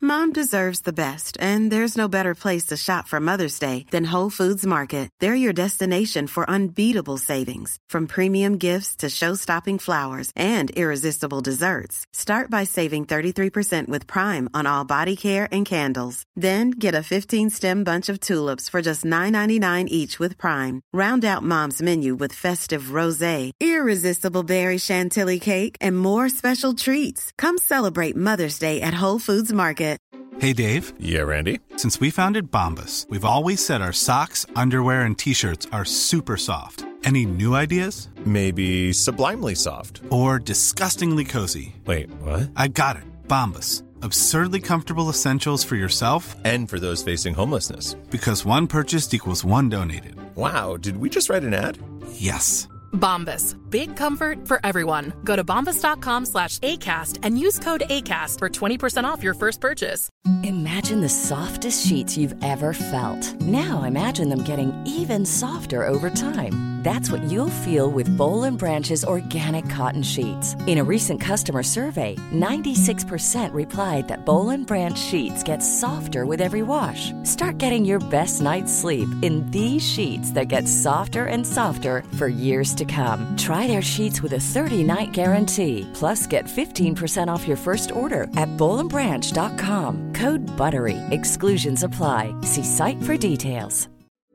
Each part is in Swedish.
Mom deserves the best, and there's no better place to shop for Mother's Day than Whole Foods Market. They're your destination for unbeatable savings, from premium gifts to show-stopping flowers and irresistible desserts. Start by saving 33% with Prime on all body care and candles. Then get a 15-stem bunch of tulips for just $9.99 each with Prime. Round out Mom's menu with festive rosé, irresistible berry chantilly cake, and more special treats. Come celebrate Mother's Day at Whole Foods Market. Hey, Dave. Yeah, Randy. Since we founded Bombas, we've always said our socks, underwear, and T-shirts are super soft. Any new ideas? Maybe sublimely soft. Or disgustingly cozy. Wait, what? I got it. Bombas. Absurdly comfortable essentials for yourself and for those facing homelessness. Because one purchased equals one donated. Wow, did we just write an ad? Yes. Bombas. Big comfort for everyone. Go to bombas.com/ACAST and use code ACAST for 20% off your first purchase. Imagine the softest sheets you've ever felt. Now imagine them getting even softer over time. That's what you'll feel with Boll & Branch's organic cotton sheets. In a recent customer survey, 96% replied that Boll & Branch sheets get softer with every wash. Start getting your best night's sleep in these sheets that get softer and softer for years to come. Try their sheets with a 30-night guarantee. Plus, get 15% off your first order at bollandbranch.com. Code BUTTERY. Exclusions apply. See site for details.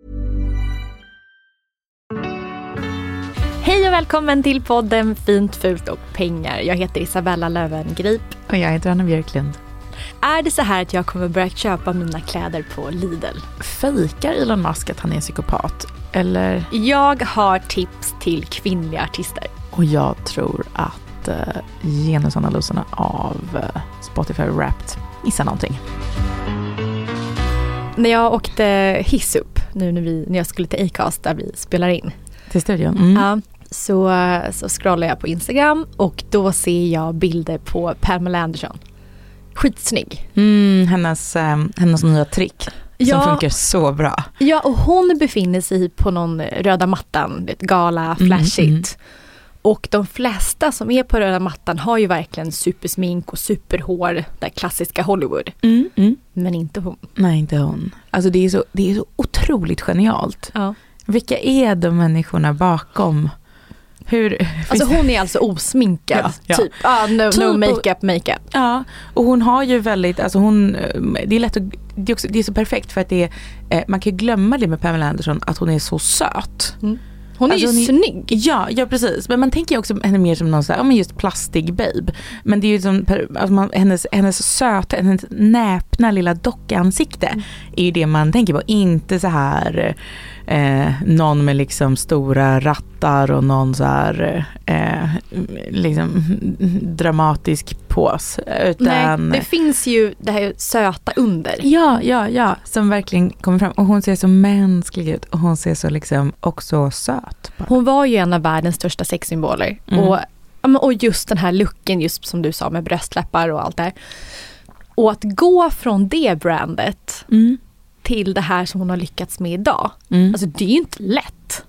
Hej och välkommen till podden Fint, fult och pengar. Jag heter Isabella Löwengrip. Och jag heter Anna Björklund. Är det så här att jag kommer börja köpa mina kläder på Lidl? Fejkar Elon Musk att han är en psykopat? Eller? Jag har tips till kvinnliga artister. Och jag tror att genusanalyserna av Spotify Wrapped missar någonting. När jag åkte hiss upp nu när jag skulle till Acast där vi spelar in. Till studion? Ja, så scrollar jag på Instagram och då ser jag bilder på Pamela Anderson. Skitsnygg. Hennes nya trick som funkar så bra. Ja, och hon befinner sig på någon röda mattan, ett gala, flashigt. Och de flesta som är på röda mattan har ju verkligen supersmink och superhår, där klassiska Hollywood. Men inte hon. Nej, inte hon. Alltså det är så otroligt genialt. Ja. Vilka är de människorna bakom? Alltså hon är alltså osminkad. Ja. Typ, no makeup. Ja, och hon har ju väldigt, alltså det är lätt att, det är så perfekt för att det är, man kan glömma det med Pamela Anderson att hon är så söt. Hon är ju snygg. Ja, precis. Men man tänker ju också henne mer som någon så här, just plastig babe. Men det är ju som alltså hennes söta, hennes näpna lilla dockansikte är ju det man tänker på. Inte så här någon med liksom stora rattar och någon så här liksom dramatisk pås. Utan, nej, det finns ju det här söta under. Ja, som verkligen kommer fram. Och hon ser så mänsklig ut. Och hon ser så liksom också söt. Bara. Hon var ju en av världens största sexsymboler. Och just den här looken, just som du sa, med bröstläppar och allt där. Och att gå från det brandet till det här som hon har lyckats med idag. Alltså det är ju inte lätt.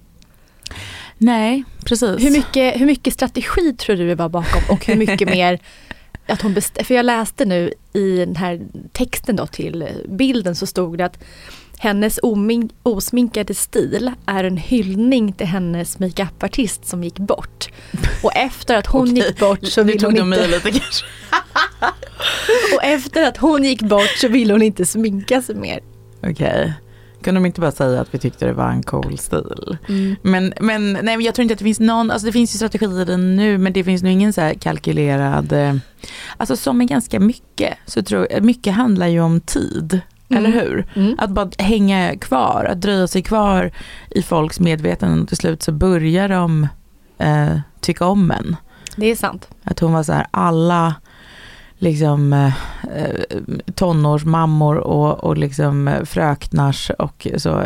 Nej, precis. Hur mycket strategi tror du det var bakom? Och hur mycket mer att hon för jag läste nu i den här texten då till bilden så stod det att hennes osminkade stil är en hyllning till hennes makeup-artist som gick bort. Och efter att hon gick bort så ville hon inte... lite kanske. Och efter att hon gick bort så ville hon inte sminka sig mer. Okej. Kunde de inte bara säga att vi tyckte det var en cool stil? Men jag tror inte att det finns någon, alltså det finns ju strategier i den nu, men det finns nog ingen så här kalkylerad, alltså som är ganska mycket, så tror jag, mycket handlar ju om tid. Eller hur? Att bara hänga kvar, att dröja sig kvar i folks medvetande och till slut så börjar de tycka om en. Det är sant. Att hon var så här, alla liksom tonårsmammor och liksom fröknars och så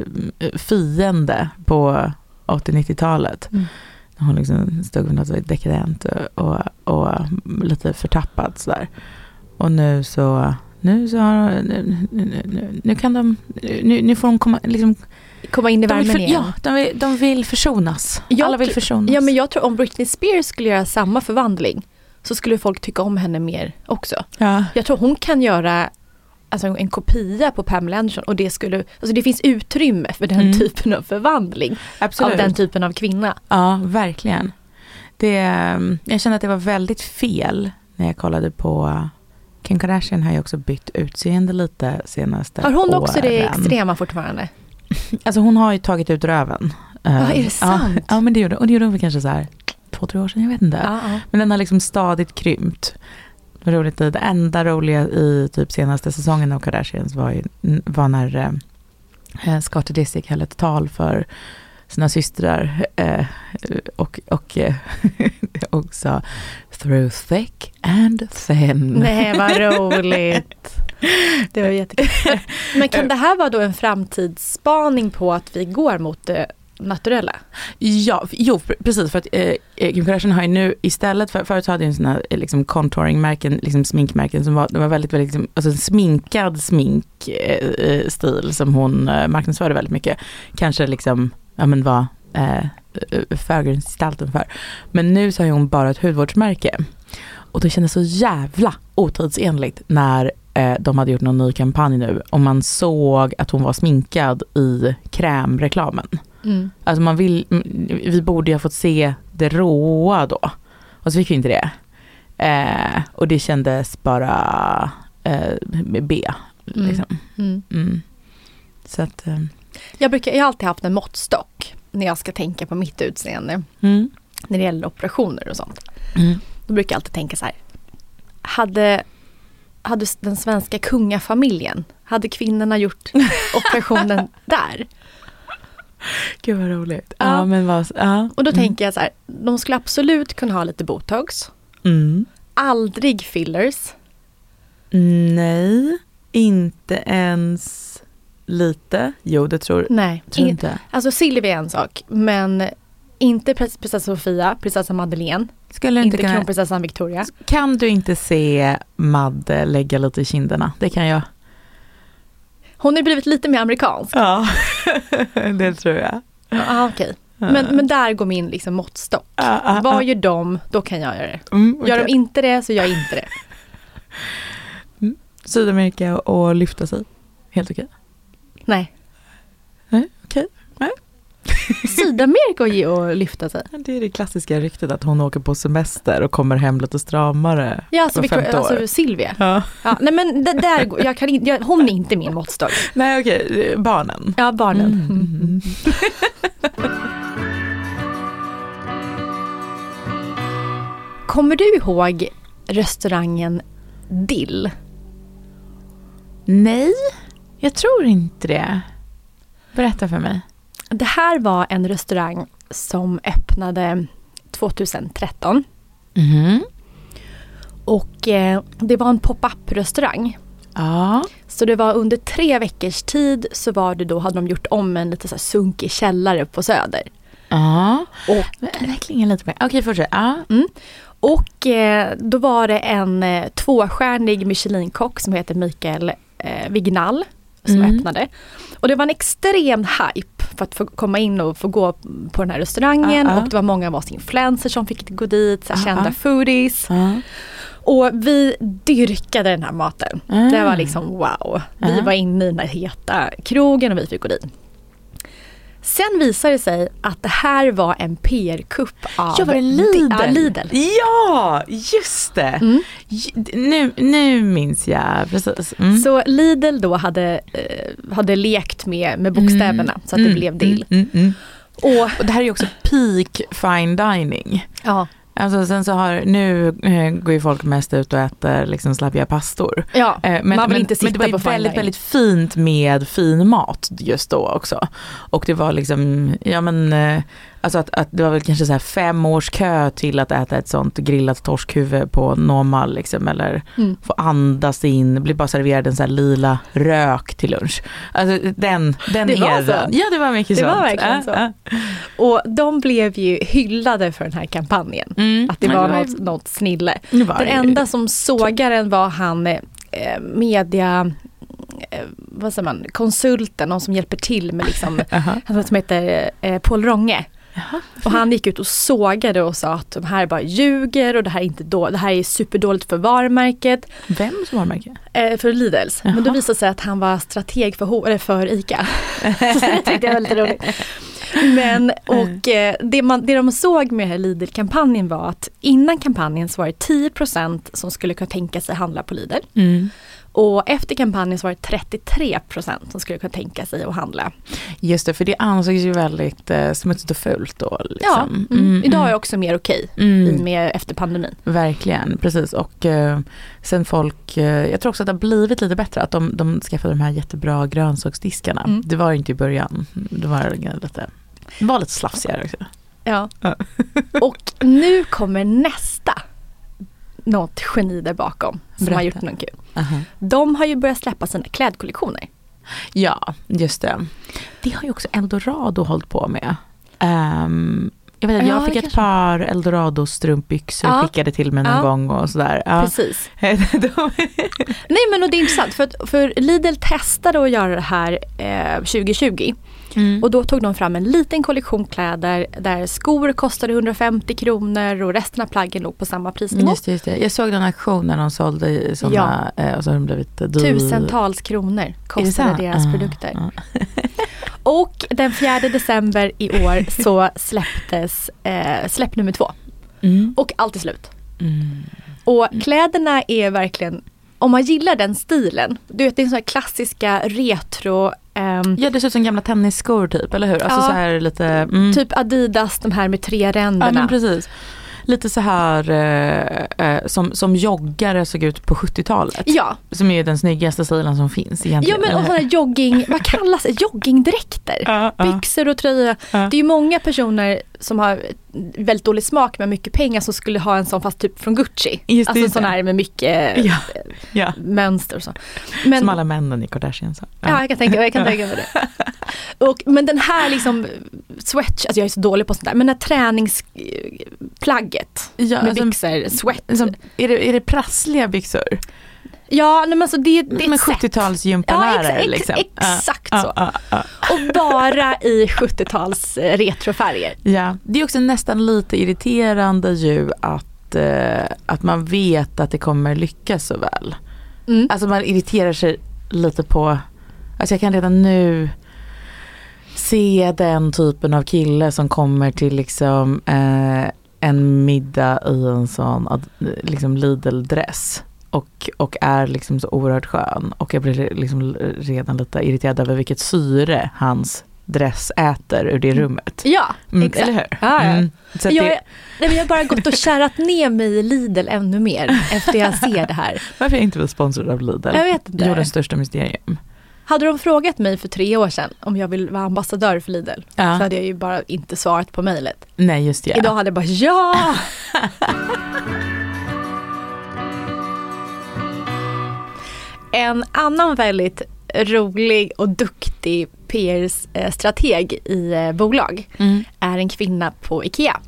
fiende på 80-90-talet. Hon liksom stod med något dekadent och lite förtappad så där. Och nu får de komma in i värmen igen. Ja, de vill försonas. Alla vill försonas. Ja, men jag tror om Britney Spears skulle göra samma förvandling så skulle folk tycka om henne mer också. Ja. Jag tror hon kan göra alltså en kopia på Pamela Anderson och det skulle, alltså det finns utrymme för den typen av förvandling. Absolut. Av den typen av kvinna. Ja, verkligen. Jag kände att det var väldigt fel när jag kollade på Kim Kardashian har ju också bytt utseende lite senaste åren. Har hon också det extrema fortfarande? Alltså hon har ju tagit ut röven. Ja, är det sant? Ja, men det gjorde hon för kanske så här 2-3 år sedan, jag vet inte. Ja. Men den har liksom stadigt krympt. Roligt, det enda roliga i typ senaste säsongen av Kardashians var när Scott Disick höll ett tal för sina systrar och sa through thick and thin. Nej, vad roligt. Det var jättekul. Men kan det här vara då en framtidsspaning på att vi går mot det naturella? Ja, precis, för att Kim Kardashian har ju nu istället för förut hade ju en sån här liksom contouring-märken, liksom sminkmärken som var väldigt liksom, alltså en sminkad stil som hon marknadsförde väldigt mycket. Kanske liksom var förgrundsgestalten för. Men nu så har hon bara ett hudvårdsmärke. Och det kändes så jävla otidsenligt när de hade gjort någon ny kampanj nu och man såg att hon var sminkad i krämreklamen. Alltså vi borde ju ha fått se det råa då. Och så fick vi inte det. Och det kändes bara B. Liksom. Så att, jag har alltid haft en måttstock när jag ska tänka på mitt utseende. När det gäller operationer och sånt. Då brukar jag alltid tänka så här. Hade den svenska kungafamiljen, hade kvinnorna gjort operationen där? Gud vad roligt. Ja. Men och då tänker jag så här, de skulle absolut kunna ha lite botox. Aldrig fillers. Nej, inte ens lite. Jo, det tror jag inte. Alltså Silvia är en sak, men inte prinsessa Sofia, prinsessa Madeleine. Skulle inte kronprinsessan Victoria. Kan du inte se Madde lägga lite i kinderna? Det kan jag. Hon har blivit lite mer amerikansk. Ja, det tror jag. Ja, okej. Men där går min liksom måttstock. Vad gör de, då kan jag göra det. Okay. Gör de inte det, så gör jag inte det. Sydamerika och lyfta sig. Helt okej. Nej. Nej, okej. Nej. Sydamerika och lyfta sig. Det är det klassiska ryktet att hon åker på semester och kommer hem lite stramare. Ja, alltså Silvia. Ja. Ja, nej men där hon är inte min måttstock. Nej, okej. Barnen. Ja, barnen. Kommer du ihåg restaurangen Dill? Nej, jag tror inte det. Berätta för mig. Det här var en restaurang som öppnade 2013. Och det var en pop-up-restaurang. Ja. Så det var under 3 veckors tid så hade de gjort om en lite så här sunkig källare på Söder. Ja. Och det klingar lite mer. Okej, fortsätt. Ja. Och då var det en 2-stjärnig Michelin-kock som heter Mikael Vignal som öppnade. Och det var en extrem hype för att få komma in och få gå på den här restaurangen. Och det var många av oss influencers som fick gå dit, så kända foodies. Och vi dyrkade den här maten. Det var liksom wow. Vi var inne i den här heta krogen och vi fick gå dit. Sen visade det sig att det här var en PR-kupp av var det Lidl? Lidl. Ja, just det. Nu minns jag precis. Så Lidl då hade lekt med bokstäverna så att det blev Dill. Och det här är ju också peak fine dining. Ja. Alltså sen så nu går ju folk mest ut och äter liksom slappiga pastor. Ja, man vill inte sitta men det var på väldigt, väldigt fint med fin mat just då också. Och det var liksom, alltså att det var väl kanske så här 5 års kö till att äta ett sånt grillat torskhuvud på Normal liksom, eller få andas in, bli bara serverad en så här lila rök till lunch. Alltså den det var så. Ja, det var mycket sånt. Det var verkligen så. Och de blev ju hyllade för den här kampanjen. Att det var något snille. Den enda som sågar den var han media vad säger man, konsulten, någon som hjälper till med liksom han som heter Paul Ronge. Och han gick ut och sågade och sa att de här bara ljuger och det här är inte det här är superdåligt för varumärket. Vems varumärke? För Lidls. Men då visade det sig att han var strateg för ICA. Så det tyckte jag var lite roligt. Men det de såg med den här Lidl-kampanjen var att innan kampanjen så var det 10% som skulle kunna tänka sig handla på Lidl. Och efter kampanjen så var det 33% som skulle kunna tänka sig att handla. Just det, för det ansågs ju väldigt smutsigt och fult då. Liksom. Ja, idag är också mer okej med efter pandemin. Verkligen, precis. Och sen folk, jag tror också att det har blivit lite bättre att de skaffade de här jättebra grönsaksdiskarna. Det var inte i början, det var lite slafsigare också. Ja, och nu kommer nästa något geni där bakom som har gjort något kul. De har ju börjat släppa sina klädkollektioner. Ja, just det. Det har ju också Eldorado hållit på med. Jag fick ett par Eldorado strumpbyxor skickade till mig någon gång och sådär. Ja. Precis. Nej, men och det är intressant för Lidl testade att göra det här 2020. Och då tog de fram en liten kollektion kläder där skor kostade 150 kronor och resten av plaggen låg på samma prisnivå. Just det. Jag såg den aktionen när de sålde sådana och så har de blivit tusentals kronor kostade deras produkter. Och den 4 december i år så släpptes släpp nummer 2. Och allt är slut. Och kläderna är verkligen, om man gillar den stilen, du vet det är sån här klassiska retro. Ja, det ser ut som gamla tennisskor typ, eller hur? Alltså så här lite... Typ Adidas, de här med 3 ränderna. Ja, men precis. Lite så här som joggare såg ut på 70-talet. Ja. Som är den snyggaste stilen som finns egentligen. Ja, men och sådana jogging, vad kallas det? Joggingdräkter. Byxor och tröja. Det är ju många personer som har väldigt dålig smak med mycket pengar som skulle ha en sån fast typ från Gucci. Just alltså en sån här med mycket mönster och så. Men, som alla männen i Kardashian sa. Ja, jag kan tänka mig det. Men den här liksom sweat, alltså jag är så dålig på sånt där, men den här träningsplagget med byxor, sweat. Är det prassliga byxor? Ja, men alltså det är med 70-tals gympalärare liksom. Exakt så. Och bara i 70-tals retrofärger. Ja, det är också nästan lite irriterande ju att man vet att det kommer lyckas så väl. Alltså man irriterar sig lite på, alltså jag kan redan nu se den typen av kille som kommer till liksom en middag i en sån liksom Lidl-dress och är liksom så oerhört skön, och jag blir liksom redan lite irriterad över vilket syre hans dress äter ur det rummet. Ja, exakt. Eller hur? Ja. Så jag har bara gått och kärat ner mig i Lidl ännu mer efter jag ser det här. Varför är inte vi sponsrade av Lidl? Jag vet inte. Jordens största mysterium. Hade de frågat mig för 3 år sedan om jag vill vara ambassadör för Lidl, så hade jag ju bara inte svarat på mejlet. Nej, just det. Idag hade jag bara ja! En annan väldigt rolig och duktig PR-strateg i bolag är en kvinna på IKEA.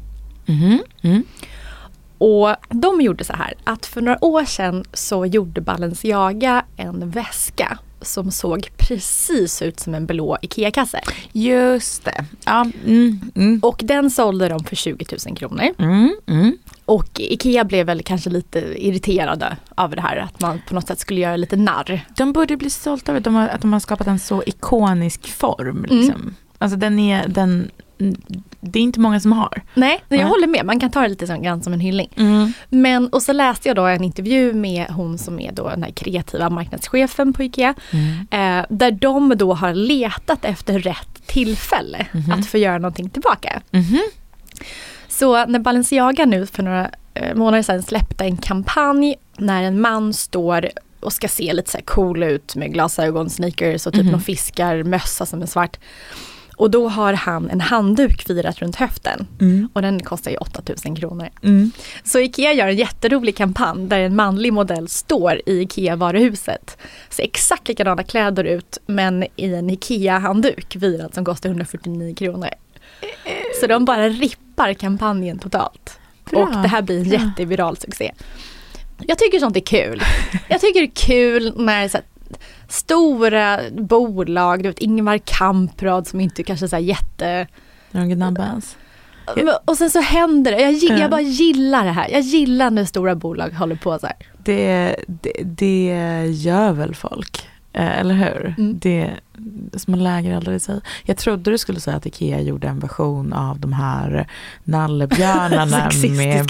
Och de gjorde så här att för några år sedan så gjorde Balenciaga en väska som såg precis ut som en blå IKEA-kasse. Just det. Ja. Och den sålde de för 20 000 kronor. Och IKEA blev väl kanske lite irriterade över det här, att man på något sätt skulle göra lite narr. De borde bli stolta över att de har skapat en så ikonisk form. Liksom. Alltså det är inte många som har. Nej, jag håller med. Man kan ta det lite grann som en hyllning. Men, och så läste jag då en intervju med hon som är då den här kreativa marknadschefen på IKEA. Där de då har letat efter rätt tillfälle att få göra någonting tillbaka. Så när Balenciaga nu för några månader sedan släppte en kampanj när en man står och ska se lite så här cool ut med glasögon, sneakers och typ någon fiskarmössa som är svart. Och då har han en handduk firat runt höften. Och den kostar ju 8 000 kronor. Så IKEA gör en jätterolig kampanj där en manlig modell står i IKEA-varuhuset. Så exakt likadana kläder ut, men i en IKEA-handduk virad som kostar 149 kronor. Så de bara rippar kampanjen totalt. Bra. Och det här blir en jätteviral succé. Jag tycker sånt är kul. Jag tycker det är kul när så här, stora bolag, du vet Ingvar Kamprad som inte kanske så här jätte... Roger Nabbas. Och sen så händer det. Jag bara gillar det här. Jag gillar när stora bolag håller på så här. Det gör väl folk. Eller hur? Det som man lägger aldrig sig. Jag trodde du skulle säga att Ikea gjorde en version av de här nallebjörnarna med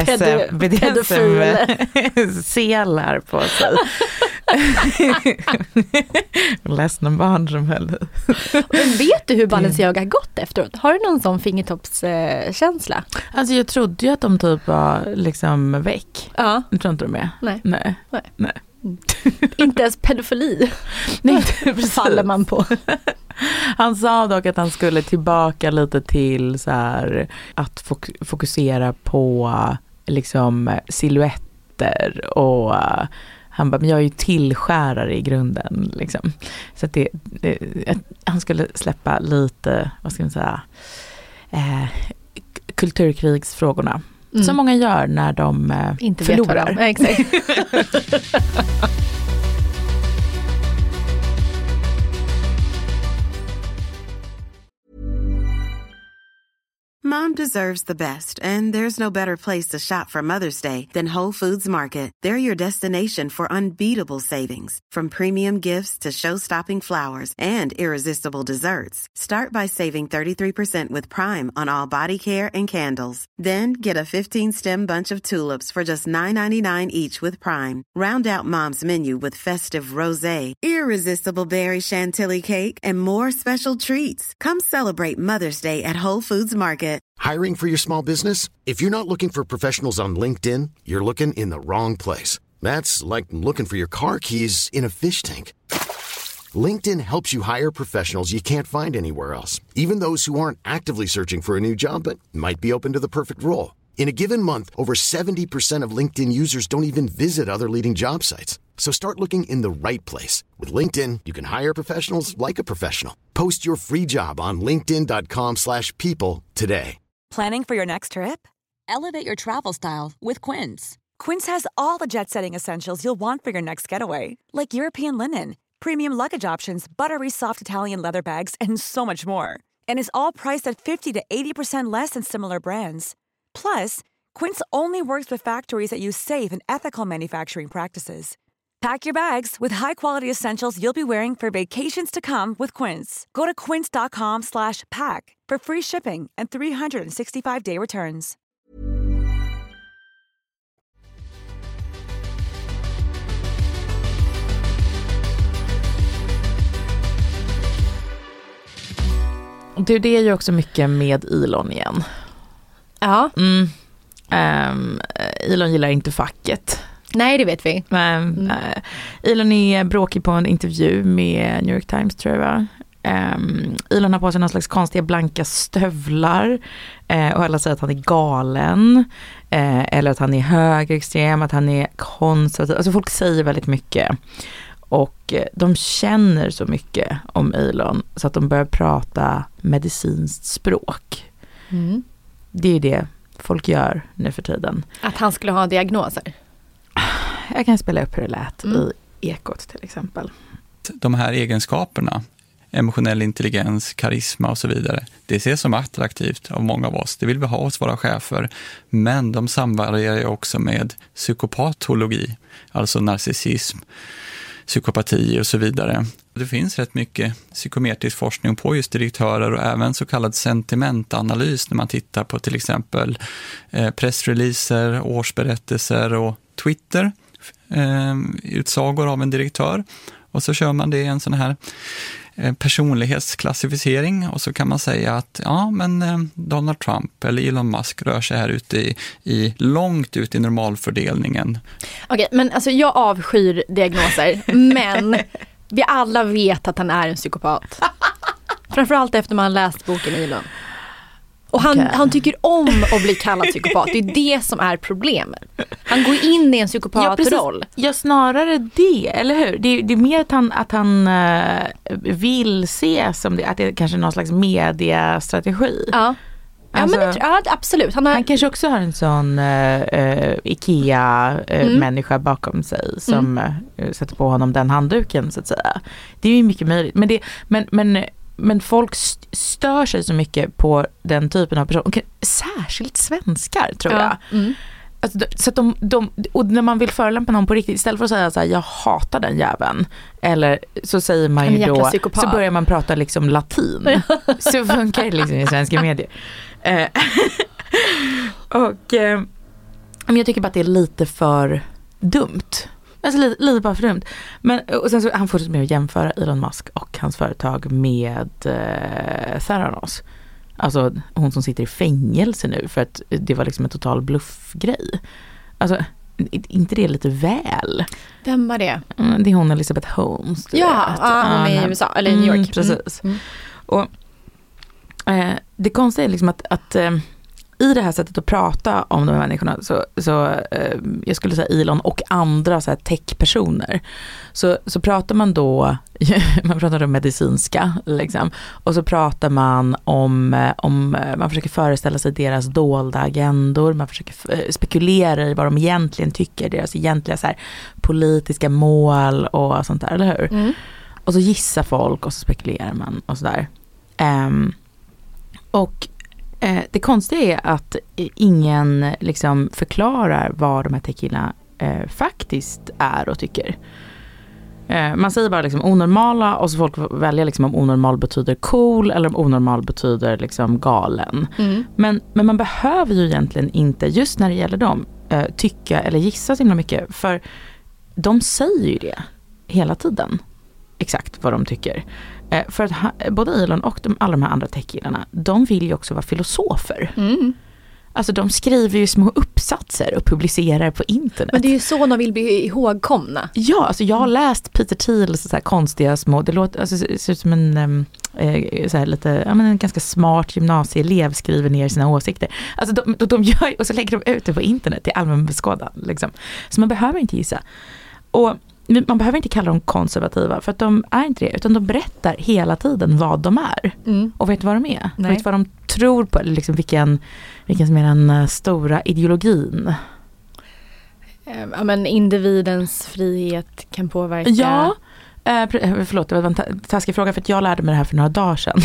BDSM-selar på sig. Ledsna barn som höll. Men vet du hur Balenciaga har gått efteråt? Har du någon sån fingertoppskänsla? Alltså jag trodde ju att de typ var liksom väck. Ja. Jag tror inte de är. Nej. Inte ens pedofili. Nej, faller man på. Han sa dock att han skulle tillbaka lite till så här, att fokusera på liksom silhuetter och han bara, men jag är ju tillskärare i grunden liksom. Så att han skulle släppa lite, vad ska man säga, kulturkrigsfrågorna. Som många gör när de inte förlorar. Vet vad de. Exakt. Mom deserves the best, and there's no better place to shop for Mother's Day than Whole Foods Market. They're your destination for unbeatable savings, from premium gifts to show-stopping flowers and irresistible desserts. Start by saving 33% with Prime on all body care and candles. Then get a 15-stem bunch of tulips for just $9.99 each with Prime. Round out Mom's menu with festive rosé, irresistible berry chantilly cake, and more special treats. Come celebrate Mother's Day at Whole Foods Market. Hiring for your small business? If you're not looking for professionals on LinkedIn, you're looking in the wrong place. That's like looking for your car keys in a fish tank. LinkedIn helps you hire professionals you can't find anywhere else, even those who aren't actively searching for a new job but might be open to the perfect role. In a given month, over 70% of LinkedIn users don't even visit other leading job sites. So start looking in the right place. With LinkedIn, you can hire professionals like a professional. Post your free job on linkedin.com/people today. Planning for your next trip? Elevate your travel style with Quince. Quince has all the jet-setting essentials you'll want for your next getaway, like European linen, premium luggage options, buttery soft Italian leather bags, and so much more. And is all priced at 50 to 80% less than similar brands. Plus, Quince only works with factories that use safe and ethical manufacturing practices. Pack your bags with high-quality essentials you'll be wearing for vacations to come with Quince. Go to quince.com/pack for free shipping and 365-day returns. Det är ju också mycket med Elon igen. Ja. Elon gillar inte facket. Nej, det vet vi. Men Elon är bråkig på en intervju med New York Times, tror jag. Elon har på sig någon slags konstiga blanka stövlar och alla säger att han är galen eller att han är högerextrem, att han är konservativ. Alltså folk säger väldigt mycket och de känner så mycket om Elon så att de börjar prata medicinskt språk. Det är det folk gör nu för tiden. Att han skulle ha diagnoser? Jag kan spela upp hur det lät i Ekot till exempel. De här egenskaperna, emotionell intelligens, karisma och så vidare, det ses som attraktivt av många av oss. Det vill vi ha hos våra chefer. Men de samvarierar ju också med psykopatologi, alltså narcissism, psykopati och så vidare. Det finns rätt mycket psykometrisk forskning på just direktörer och även så kallad sentimentanalys när man tittar på till exempel pressreleaser, årsberättelser och Twitter, utsagor av en direktör. Och så kör man det i en sån här personlighetsklassificering och så kan man säga att Donald Trump eller Elon Musk rör sig här ute i långt ut i normalfördelningen. Okej, men alltså jag avskyr diagnoser, men vi alla vet att han är en psykopat. Framförallt efter man läst boken Elon. Och han tycker om att bli kallad psykopat. Det är det som är problemet. Han går in i en psykopatroll. Ja, snarare det, eller hur? Det är mer att han vill se som det, att det är kanske någon slags mediastrategi. Ja. Alltså, men absolut. Han kanske också har en sån Ikea-människa bakom sig som sätter på honom den handduken så att säga. Det är ju mycket möjligt. Men men folk stör sig så mycket på den typen av personer. Okay, särskilt svenskar tror jag. Alltså, så att och när man vill förolämpa någon på riktigt, istället för att säga så här, jag hatar den jäveln, eller så säger man ju då, så börjar man prata liksom latin. Så funkar det liksom i svenska medier. Men jag tycker bara att det är lite för dumt. Alltså lite bara för dumt. Men, och sen så han fortsätter med att jämföra Elon Musk och hans företag med Theranos. Alltså hon som sitter i fängelse nu för att det var liksom en total bluffgrej. Alltså inte det lite väl? Vem var det? Det är hon Elizabeth Holmes. Ja, hon är i USA eller New York. Precis. Och det konstiga är liksom att i det här sättet att prata om de här människorna så jag skulle säga Elon och andra så här tech-personer så pratar man då man pratar om medicinska liksom, och så pratar man om man försöker föreställa sig deras dolda agendor, man försöker spekulera i vad de egentligen tycker, deras egentliga så här politiska mål och sånt där, eller hur? Och så gissar folk och så spekulerar man och sådär. Och det konstiga är att ingen liksom förklarar vad de här tequila faktiskt är och tycker. Man säger bara liksom onormala och så folk väljer liksom om onormal betyder cool eller om onormal betyder liksom galen. Men man behöver ju egentligen inte, just när det gäller dem, tycka eller gissa så himla mycket, för de säger ju det hela tiden. Exakt vad de tycker. För att både Elon och alla de här andra techkillarna, de vill ju också vara filosofer. Alltså de skriver ju små uppsatser och publicerar på internet. Men det är ju så de vill bli ihågkomna. Ja, alltså jag har läst Peter Thiels så här konstiga små, det låter, alltså det ser ut som en så här lite, ja men en ganska smart gymnasieelev skriver ner sina åsikter. Alltså de gör, och så lägger de ut det på internet till allmän beskådan liksom. Så man behöver inte gissa. Och man behöver inte kalla dem konservativa för att de är inte det, utan de berättar hela tiden vad de är. Och vet vad de är. Nej. Vet vad de tror på, liksom vilken som är den stora ideologin. Ja, men individens frihet kan påverka. Ja, förlåt, det var en taskig fråga för att jag lärde mig det här för några dagar sedan.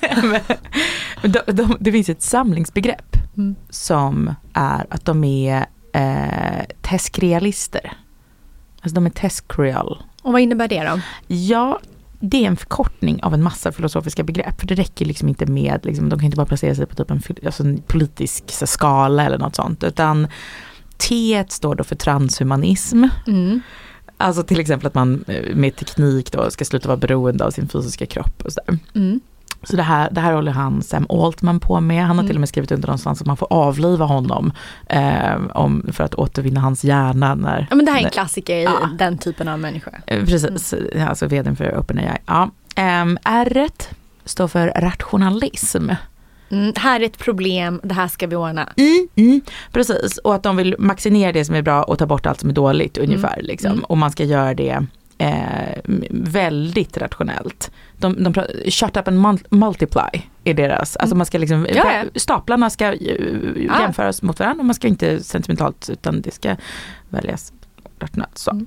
Det finns ett samlingsbegrepp som är att de är teskrealister. Alltså de är teskreal. Och vad innebär det då? Ja, det är en förkortning av en massa filosofiska begrepp. För det räcker liksom inte med, liksom, de kan inte bara placera sig på typ en politisk skala eller något sånt. Utan T står då för transhumanism. Alltså till exempel att man med teknik då ska sluta vara beroende av sin fysiska kropp och sådär. Så det här håller han Sam Altman på med. Han har till och med skrivit under någonstans att man får avliva honom för att återvinna hans hjärna. Ja, men det här är en klassiker i den typen av människor. Precis, alltså vdn för OpenAI. Ja. R-et står för rationalism. Här är ett problem, det här ska vi ordna. Precis, och att de vill maximera det som är bra och ta bort allt som är dåligt ungefär. Liksom. Och man ska göra det väldigt rationellt. De shut up and multiply är deras. Alltså man ska liksom, staplarna ska jämföras mot varandra och man ska inte sentimentalt utan det ska väljas rationellt. Så.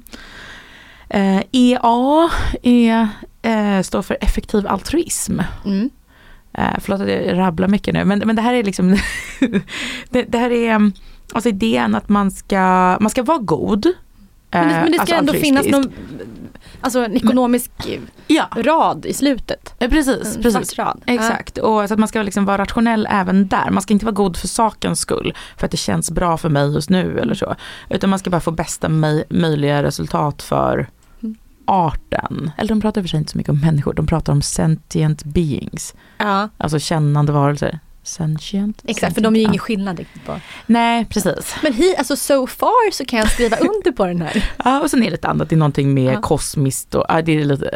EA står för effektiv altruism. Förlåt att jag rabblar mycket nu, men det här är liksom det här är alltså idén att man ska vara god. Men det ska alltså ändå finnas någon, alltså en ekonomisk rad i slutet. Precis. Rad. Exakt. Och så att man ska liksom vara rationell även där. Man ska inte vara god för sakens skull, för att det känns bra för mig just nu eller så. Utan man ska bara få bästa möjliga resultat för arten. Eller de pratar för sig inte så mycket om människor. De pratar om sentient beings. Alltså kännande varelser. Sentient. Exakt, för de är ju ingen skillnad på. Nej, precis. Men alltså so far så kan jag skriva under på den här. Ja, och sen är det lite annat. Det är någonting mer kosmiskt och det är lite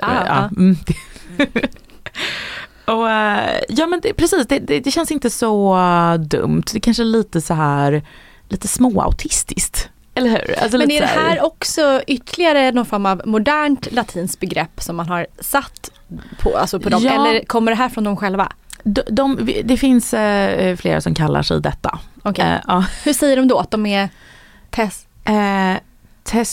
och ja, men precis, det känns inte så dumt. Det kanske är lite så här lite småautistiskt. Eller hur? Alltså men är det här också ytterligare någon form av modernt latinskt begrepp som man har satt på dem? Eller kommer det här från dem själva? Det finns flera som kallar sig detta. Okay. Hur säger de då att de är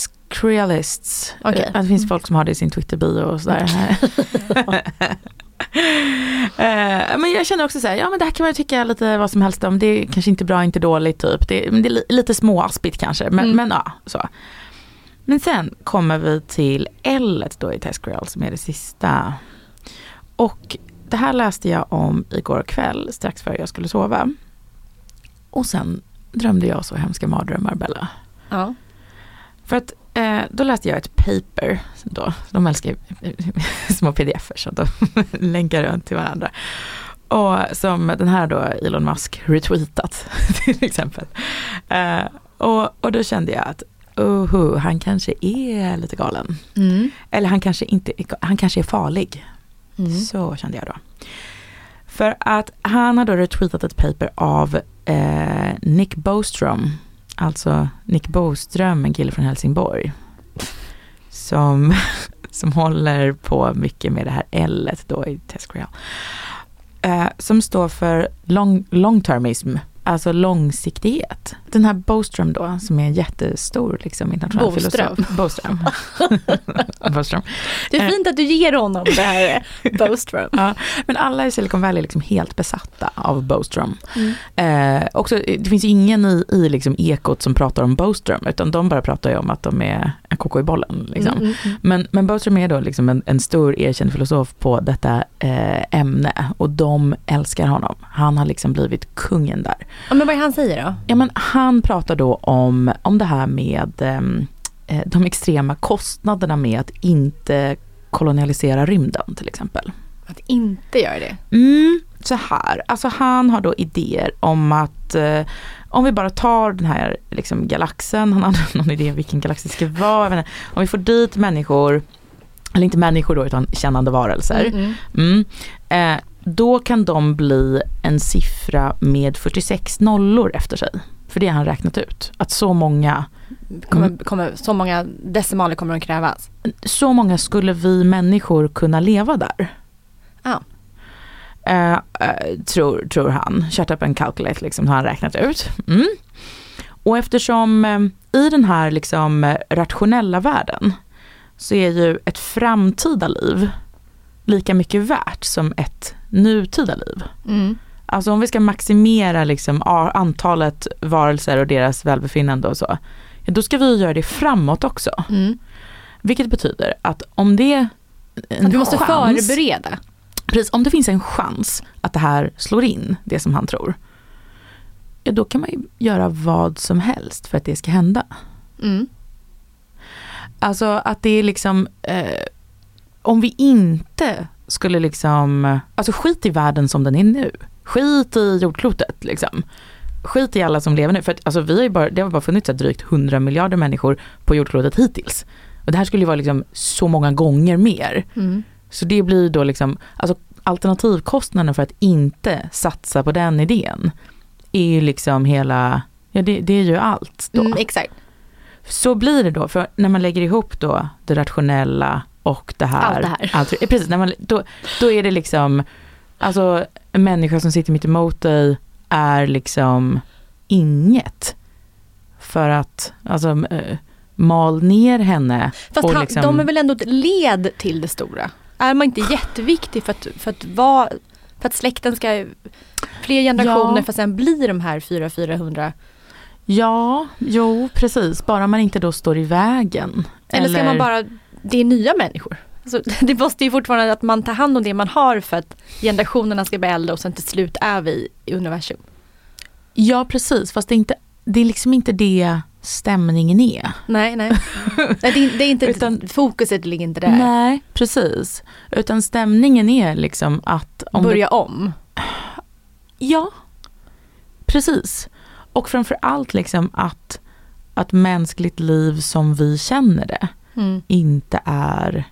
teskrealists? Okay. Det finns folk som har det i sin Twitter-bio och sådär. Men jag känner också så här, ja men det här kan man ju tycka lite vad som helst om. Det är kanske inte bra, inte dåligt typ. Det är lite småaspigt kanske, men ja, så. Men sen kommer vi till L-et då i Test Girl som är det sista. Och det här läste jag om igår kväll strax före jag skulle sova. Och sen drömde jag så hemska mardrömmar, Bella. Ja. För att då läste jag ett paper då. De älskar små pdf-er så de länkar runt till varandra. Och som den här då Elon Musk retweetat till exempel. Och då kände jag att han kanske är lite galen. Eller han kanske är farlig. Så kände jag då. För att han har då retweetat ett paper av Nick Bostrom. Alltså Nick Boström, en kille från Helsingborg. Som håller på mycket med det här L-et då i Test Girl. Som står för long-termism. Alltså långsiktighet. Den här Bostrom då, som är en jättestor liksom, internationell filosof. Bostrom. Det är fint att du ger honom det här Bostrom. Ja, men alla i Silicon Valley är liksom helt besatta av Bostrom. Också, det finns ingen i liksom ekot som pratar om Bostrom, utan de bara pratar ju om att de är en koko i bollen. Liksom. Men Bostrom är då liksom en stor erkänd filosof på detta ämne, och de älskar honom. Han har liksom blivit kungen där. Ja, men vad är han säger då? Ja, men han pratar då om det här med de extrema kostnaderna med att inte kolonialisera rymden till exempel. Att inte göra det? Så här, alltså han har då idéer om att om vi bara tar den här liksom galaxen, han hade någon idé om vilken galax det ska vara, jag vet inte, om vi får dit människor, eller inte människor då utan kännande varelser, då kan de bli en siffra med 46 nollor efter sig. För det har han räknat ut. Att så många så många decimaler kommer att krävas. Så många skulle vi människor kunna leva där. Tror han. Shut up and calculate liksom, har han räknat ut. Och eftersom i den här liksom rationella världen så är ju ett framtida liv lika mycket värt som ett nutida liv. Alltså om vi ska maximera liksom antalet varelser och deras välbefinnande och så, då ska vi göra det framåt också. Vilket betyder att om det är vi måste förbereda. Precis, om det finns en chans att det här slår in, det som han tror, ja, då kan man ju göra vad som helst för att det ska hända. Alltså att det är liksom om vi inte skulle liksom, alltså skit i världen som den är nu. Skit i jordklotet liksom. Skit i alla som lever nu. För att alltså, det har bara funnits drygt 100 miljarder människor på jordklotet hittills. Och det här skulle ju vara liksom så många gånger mer. Så det blir då liksom, alltså alternativkostnaden för att inte satsa på den idén är ju liksom hela, ja det är ju allt då. Exakt. Så blir det då, för när man lägger ihop då det rationella och det här. Precis, då är det liksom, alltså en människa som sitter mitt emot dig är liksom inget. För att alltså mal ner henne. Fast och liksom, de är väl ändå ett led till det stora. Är man inte jätteviktig för att släkten ska fler generationer för att sen blir de här 400-400? Ja, jo precis. Bara man inte då står i vägen. Eller ska man bara, det är nya människor. Alltså, det måste ju fortfarande att man tar hand om det man har för att generationerna ska bli äldre och sen till slut är vi i universum. Ja, precis. Fast det är liksom inte det stämningen är. Nej. Det är inte utan, fokuset ligger inte där. Nej, precis. Utan stämningen är liksom att börja om. Ja, precis. Och framförallt liksom att mänskligt liv som vi känner det inte är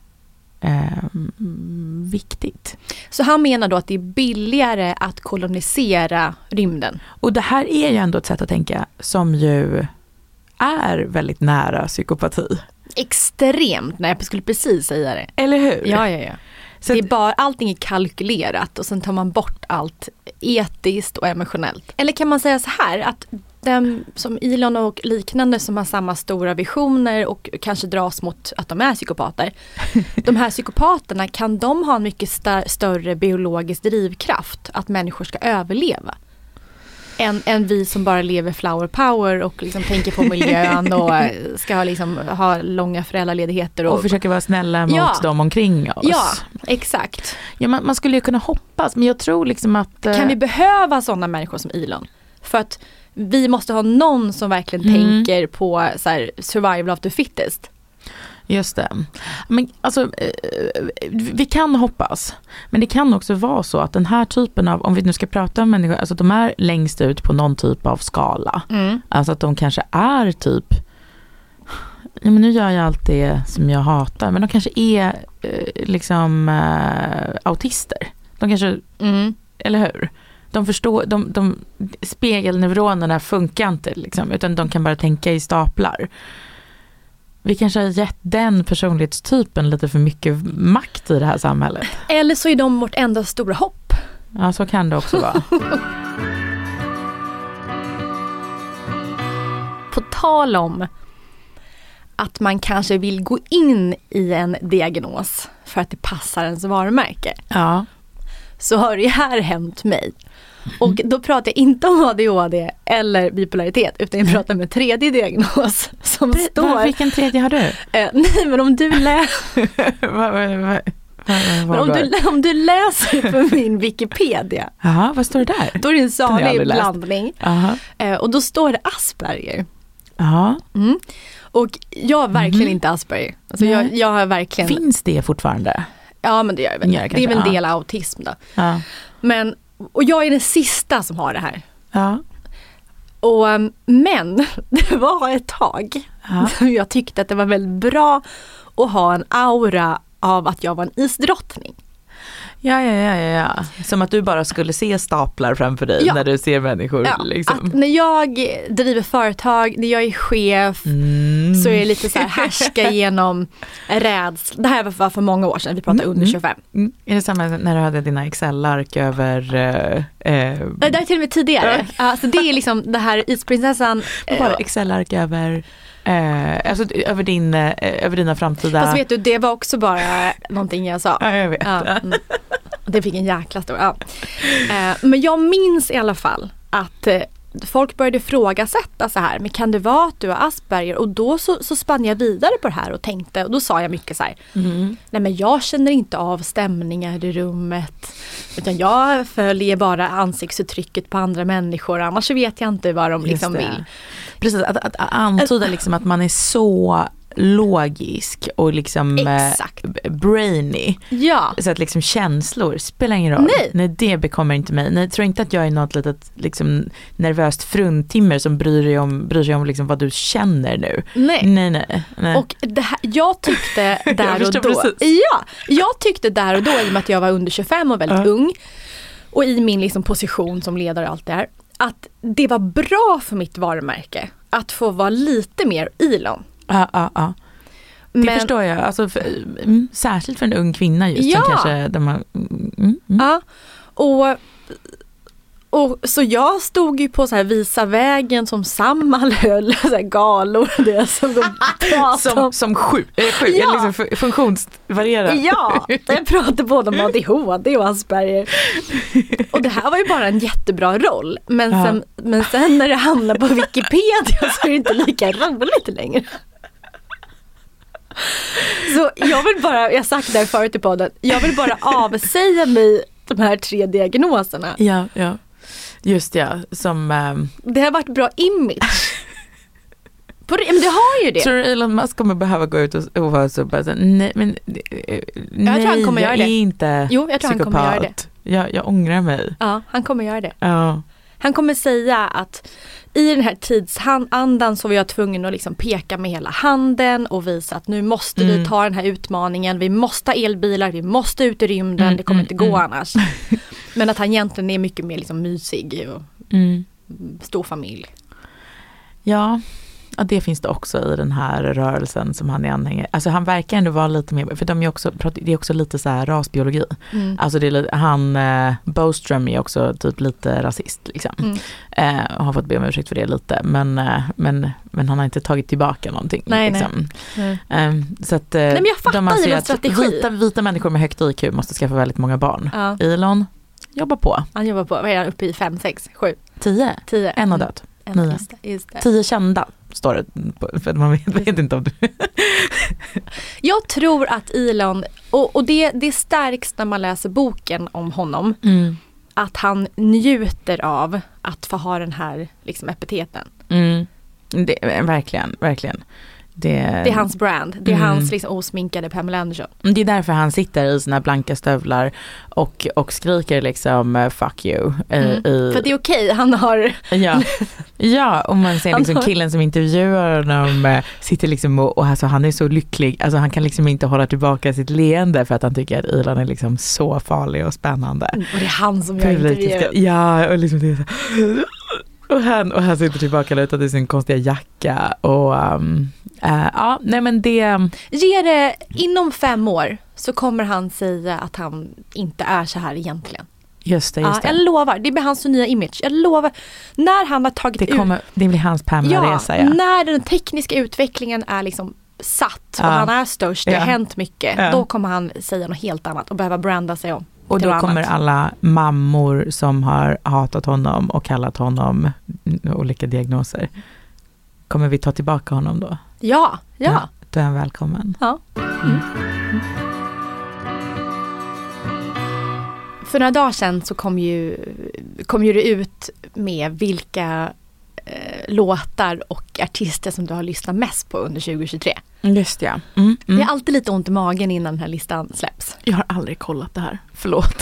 viktigt. Så han menar då att det är billigare att kolonisera rymden. Och det här är ju ändå ett sätt att tänka som ju är väldigt nära psykopati. Extremt, när jag skulle precis säga det. Eller hur? Ja. Så det är bara, allting är kalkylerat och sen tar man bort allt etiskt och emotionellt. Eller kan man säga så här, att den som Elon och liknande som har samma stora visioner och kanske dras mot att de är psykopater. De här psykopaterna, kan de ha en mycket större biologisk drivkraft att människor ska överleva? Än vi som bara lever flower power och liksom tänker på miljön och ska liksom ha långa föräldraledigheter. Och försöker vara snälla mot dem omkring oss. Ja, exakt. Ja, man skulle ju kunna hoppas, men jag tror liksom att... Kan vi behöva sådana människor som Elon? För att vi måste ha någon som verkligen tänker på så här, survival of the fittest. Just det. Men alltså, vi kan hoppas. Men det kan också vara så att den här typen av, om vi nu ska prata om människor, alltså de är längst ut på någon typ av skala. Alltså att de kanske är typ, ja, men nu gör jag allt det som jag hatar, men de kanske är liksom autister. De kanske, eller hur? De förstår, de spegelneuronerna funkar inte liksom, utan de kan bara tänka i staplar. Vi kanske har gett den personlighetstypen lite för mycket makt i det här samhället. Eller så är de vårt enda stora hopp. Ja, så kan det också vara. På tal om att man kanske vill gå in i en diagnos för att det passar ens varumärke. Ja. Så har det här hänt mig. Och då pratar jag inte om ADHD eller bipolaritet, utan jag pratar om en tredje diagnos som står... Vilken tredje har du? Nej, men om du om du läser på min Wikipedia. Jaha, vad står det där? Då är det en salig blandning. Och då står det Asperger. Ja. Och jag har verkligen inte Asperger. Alltså jag har verkligen... Finns det fortfarande? Ja, men det gör det väl. Det är väl en del av autism då. Ja. Och jag är den sista som har det här. Ja. Men det var ett tag som jag tyckte att det var väldigt bra att ha en aura av att jag var en isdrottning. Ja. Som att du bara skulle se staplar framför dig när du ser människor. Ja, liksom. Att när jag driver företag, när jag är chef, så är det lite så här härska genom rädsla. Det här var för många år sedan, vi pratade under 25. Är det samma när du hade dina Excel-ark över... Det är till och med tidigare. Alltså det är liksom det här isprinsessan... Bara Excel-ark över... alltså över dina framtida... Fast vet du, det var också bara någonting jag sa. Ja, jag vet. Det fick en jäkla stor... men jag minns i alla fall att folk började ifrågasätta så här, men kan det vara att du har Asperger? Och då så spann jag vidare på det här och tänkte, och då sa jag mycket så här, nej men jag känner inte av stämningar i rummet, utan jag följer bara ansiktsuttrycket på andra människor, annars så vet jag inte vad de liksom vill. Precis, att antyda liksom att man är så logisk och liksom brainy. Ja. Så att liksom känslor spelar ingen roll. Nej, det bekommer inte mig. Nej, jag tror inte att jag är något litet liksom nervöst fruntimmer som bryr sig om liksom vad du känner nu. Nej. Och det här, jag tyckte där och då. Jag tyckte där och då, i och med att jag var under 25 och väldigt ung och i min liksom position som ledare och allt det här, att det var bra för mitt varumärke att få vara lite mer Elon. Ja. Det förstår jag. Alltså särskilt för en ung kvinna just. Som kanske de har, Ja, och så jag stod ju på så här visa vägen som Samhall höll, så här galor det som de pratade om. Som liksom funktionsvarierad. Ja, jag pratade både om ADHD och Asperger. Och det här var ju bara en jättebra roll. Men sen när det hamnar på Wikipedia så är det inte lika roligt längre. Så jag vill bara, jag sagt där förut i podden, jag vill bara avsäga mig de här 3 diagnoserna. Ja. Just som... Det har varit bra image. Men det har ju det. Tror du Elon Musk kommer behöva gå ut och vara så bara, nej, men jag tror han kommer göra det. Jag är inte jag tror psykopat. Han kommer göra det. Jag ångrar mig. Ja, han kommer göra det. Ja. Han kommer säga att i den här tidsandan så var jag tvungen att liksom peka med hela handen och visa att nu måste vi ta den här utmaningen. Vi måste ha elbilar, vi måste ut i rymden, det kommer inte gå annars. Men att han egentligen är mycket mer liksom mysig och stor familj. Ja, Ja, det finns det också i den här rörelsen som han är anhängare. Alltså han verkar ändå vara lite mer, för de är också, det är också lite så här rasbiologi. Alltså det är Boström är också typ lite rasist liksom. Och har fått be om ursäkt för det lite, men han har inte tagit tillbaka någonting. Nej. Så att nej, men jag fattar ju en strategi. Vita människor med högt IQ måste skaffa väldigt många barn. Ja. Elon jobbar på. Han jobbar på, vad är han uppe i? 5, 6, 7? 10. En har dött. 9. Just det. 10 kända står det, för man vet inte om du. Jag tror att Elon, och det stärks när man läser boken om honom, att han njuter av att få ha den här liksom epiteten. Verkligen. Det är hans brand. Det är hans liksom osminkade Pamela Anderson. Det är därför han sitter i sina blanka stövlar och skriker liksom fuck you. För det är okej. Han har... Ja, och man ser liksom killen som intervjuar honom sitter liksom och alltså, han är så lycklig. Alltså han kan liksom inte hålla tillbaka sitt leende för att han tycker att Elon är liksom så farlig och spännande. Och det är han som gör intervjun. Ja, och liksom det är så... Och han sitter tillbaka lutad i sin konstiga jacka och nej men det... Ger det inom 5 år så kommer han säga att han inte är så här egentligen. Just det. Jag lovar, det blir hans nya image. Jag lovar, när han har tagit det blir hans Pamela-resa. Ja, när den tekniska utvecklingen är liksom satt och han är störst, det har hänt mycket, då kommer han säga något helt annat och behöva branda sig om. Och då kommer alla mammor som har hatat honom och kallat honom olika diagnoser. Kommer vi ta tillbaka honom då? Ja. Då är han välkommen. Ja. För några dagar sedan så kom ju det ut med vilka låtar och artister som du har lyssnat mest på under 2023. Just ja. Det är alltid lite ont i magen innan den här listan släpps. Jag har aldrig kollat det här. Förlåt.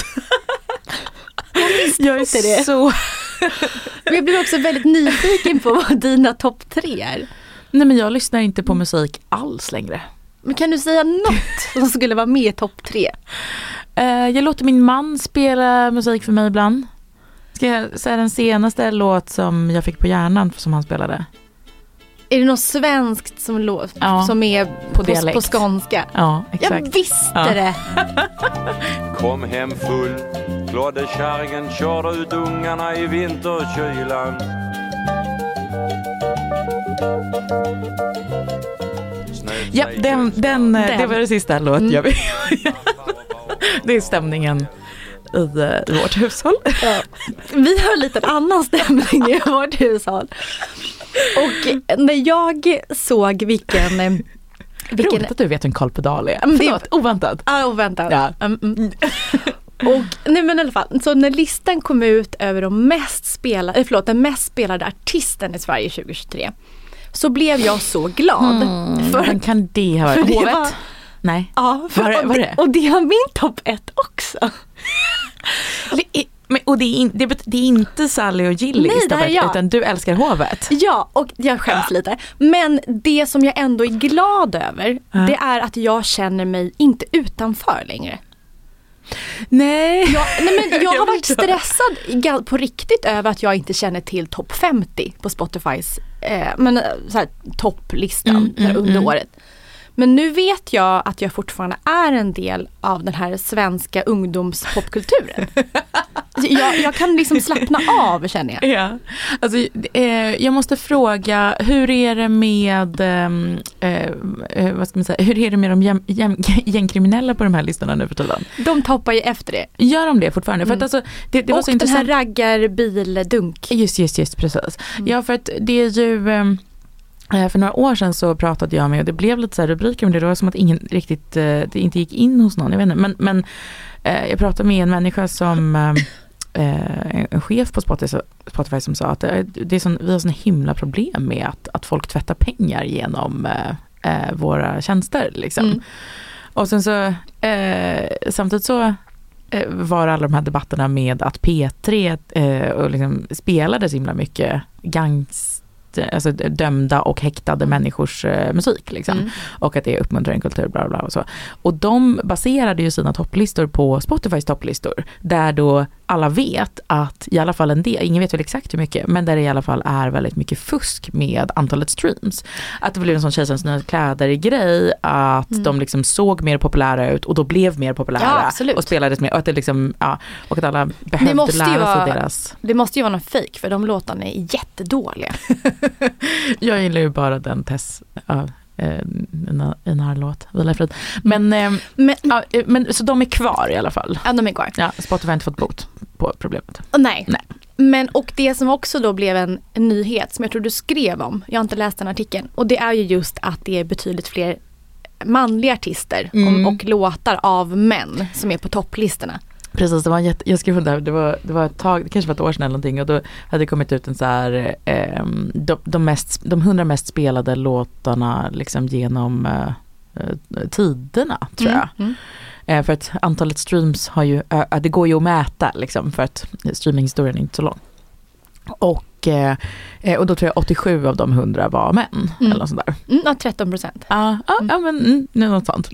Jag är så... Men jag blir också väldigt nyfiken på vad dina topp 3 är. Nej, men jag lyssnar inte på musik alls längre. Men kan du säga något som skulle vara med i topp 3? Jag låter min man spela musik för mig ibland. Ska jag säga den senaste låt som jag fick på hjärnan som han spelade? Är det något svenskt som är på skånska? Ja, exakt. Jag visste det. Kom hem full, glada kärringen, körde ut ungarna i vinterkylan. Ja, det var det sista låt jag vill. Det är stämningen i vårt hushåll. Ja. Vi har lite annan stämning i vårt hushåll. Och när jag såg vilken... Roligt att du vet en Carl Pedal är. Förlåt, oväntat. Ja, oväntat. Ja. Och nej, men i alla fall, så när listan kom ut över den mest spelade artisten i Sverige 2023, så blev jag så glad. För kan det ha varit Hovet? Nej. Ja, var det? Och det var min topp 1 också. Och det är inte Sally och Gilly utan du älskar Hovet. Ja, och jag skäms lite. Men det som jag ändå är glad över, det är att jag känner mig inte utanför längre. Nej. Men jag har varit stressad på riktigt över att jag inte känner till topp 50 på Spotifys topplistan under året. Men nu vet jag att jag fortfarande är en del av den här svenska ungdomspopkulturen. Jag kan liksom slappna av, känner jag. Ja. Alltså, jag måste fråga, hur är det med vad ska man säga, hur är det med de gängkriminella på de här listorna nu för tiden? De toppar ju efter det. Gör de det fortfarande? För att alltså, det var så intressant. Och den här raggarbildunk. Just, precis. Ja, för att det är ju... För några år sedan så pratade jag med, och det blev lite så här rubriker om det. Det var som att ingen riktigt, det inte gick in hos någon, jag vet inte. Men jag pratade med en människa som, en chef på Spotify som sa att vi har såna himla problem med att folk tvättar pengar genom våra tjänster liksom. Och sen så samtidigt så var alla de här debatterna med att P3 och liksom spelade så himla mycket alltså dömda och häktade människors musik liksom. Och att det uppmuntrar en kultur bla bla och så. Och de baserade ju sina topplistor på Spotifys topplistor, där då alla vet att i alla fall en del, ingen vet väl exakt hur mycket, men där det i alla fall är väldigt mycket fusk med antalet streams. Att det blev en sån Kejsarens nya kläder-grej, att de liksom såg mer populära ut och då blev mer populära och spelades mer, och att det liksom, och att alla behövde lära sig deras... Det måste ju vara någon fake, för de låtarna är jättedåliga. Jag gillar ju bara den en här låt, Vila i frid. Men så de är kvar i alla fall. Ja, de är kvar. Ja, Spotify har inte fått bot på problemet. Nej. Men och det som också då blev en nyhet som jag tror du skrev om, jag har inte läst den artikeln, och det är ju just att det är betydligt fler manliga artister och låtar av män som är på topplistorna. Precis, det var jag skrev där, det var ett tag, det kanske var ett år sedan eller någonting, och då hade det kommit ut en så här de 100 mest spelade låtarna liksom genom tiderna, tror jag. För att antalet streams har ju, det går ju att mäta liksom, för att streaminghistorien är inte så lång. Och då tror jag 87 av de 100 var män. Eller något sånt där. 13%. Men något sånt.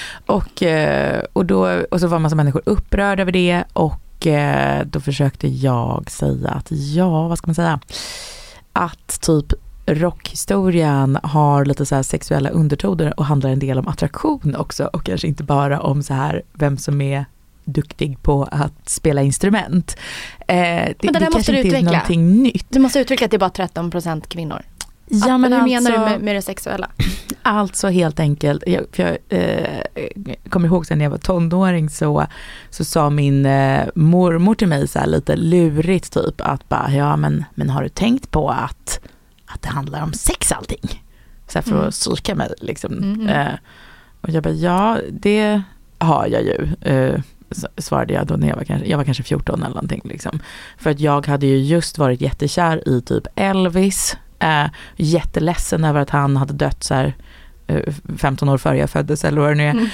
Och så var en massa människor upprörda över det. Och då försökte jag säga att vad ska man säga? Att typ rockhistorien har lite så här sexuella undertoner och handlar en del om attraktion också. Och kanske inte bara om så här vem som är duktig på att spela instrument. Det kanske inte är någonting nytt. Du måste utveckla att det är bara 13% kvinnor. Ja, men hur menar du med det sexuella? Alltså helt enkelt, jag kommer ihåg sen när jag var tonåring så sa min mormor till mig så här lite lurigt typ att bara, men har du tänkt på att det handlar om sex allting? Så här för att psyka mig liksom. Och jag bara, det har jag ju. Svarade jag då när jag var kanske 14 eller någonting liksom. För att jag hade ju just varit jättekär i typ Elvis. Jätteledsen över att han hade dött så här 15 år före jag föddes eller vad det nu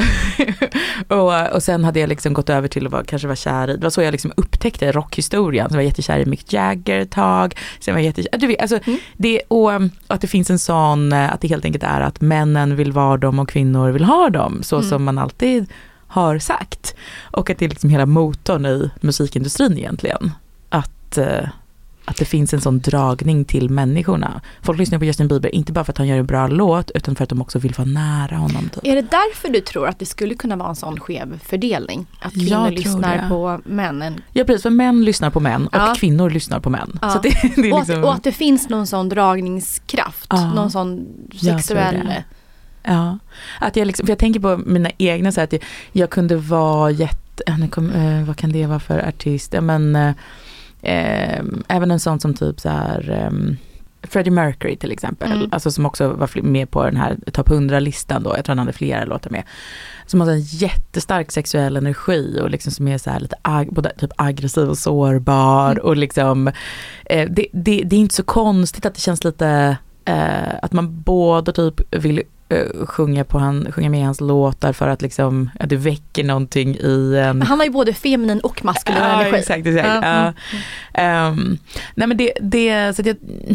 är. Och sen hade jag liksom gått över till att kanske vara kär i, det var så jag liksom upptäckte rockhistorien. Så jag var jättekär i Mick Jagger ett tag. Sen var jag jättekär, du vet, alltså, och att det finns en sån, att det helt enkelt är att männen vill vara dem och kvinnor vill ha dem. Så som man alltid har sagt. Och att det är liksom hela motorn i musikindustrin egentligen. Att det finns en sån dragning till människorna. Folk lyssnar på Justin Bieber inte bara för att han gör en bra låt utan för att de också vill vara nära honom. Typ. Är det därför du tror att det skulle kunna vara en sån skev fördelning? Att kvinnor lyssnar på männen? Ja, precis. För män lyssnar på män och kvinnor lyssnar på män. Så det är liksom... och att det finns någon sån dragningskraft. Någon sån sexuell... Ja, att jag liksom, för jag tänker på mina egna så att jag kunde vara vad kan det vara för artist? Men även en sån som typ så här Freddie Mercury till exempel, alltså som också var med på den här topp 100-listan då, jag tror han hade flera låtar med, som har en jättestark sexuell energi och liksom som är så här lite både typ aggressiv och sårbar och liksom det är inte så konstigt att det känns lite att man både typ vill sjunga med hans låtar för att liksom, det väcker någonting i en... Han har ju både feminin och maskulin energi. Exakt. Nej men det så att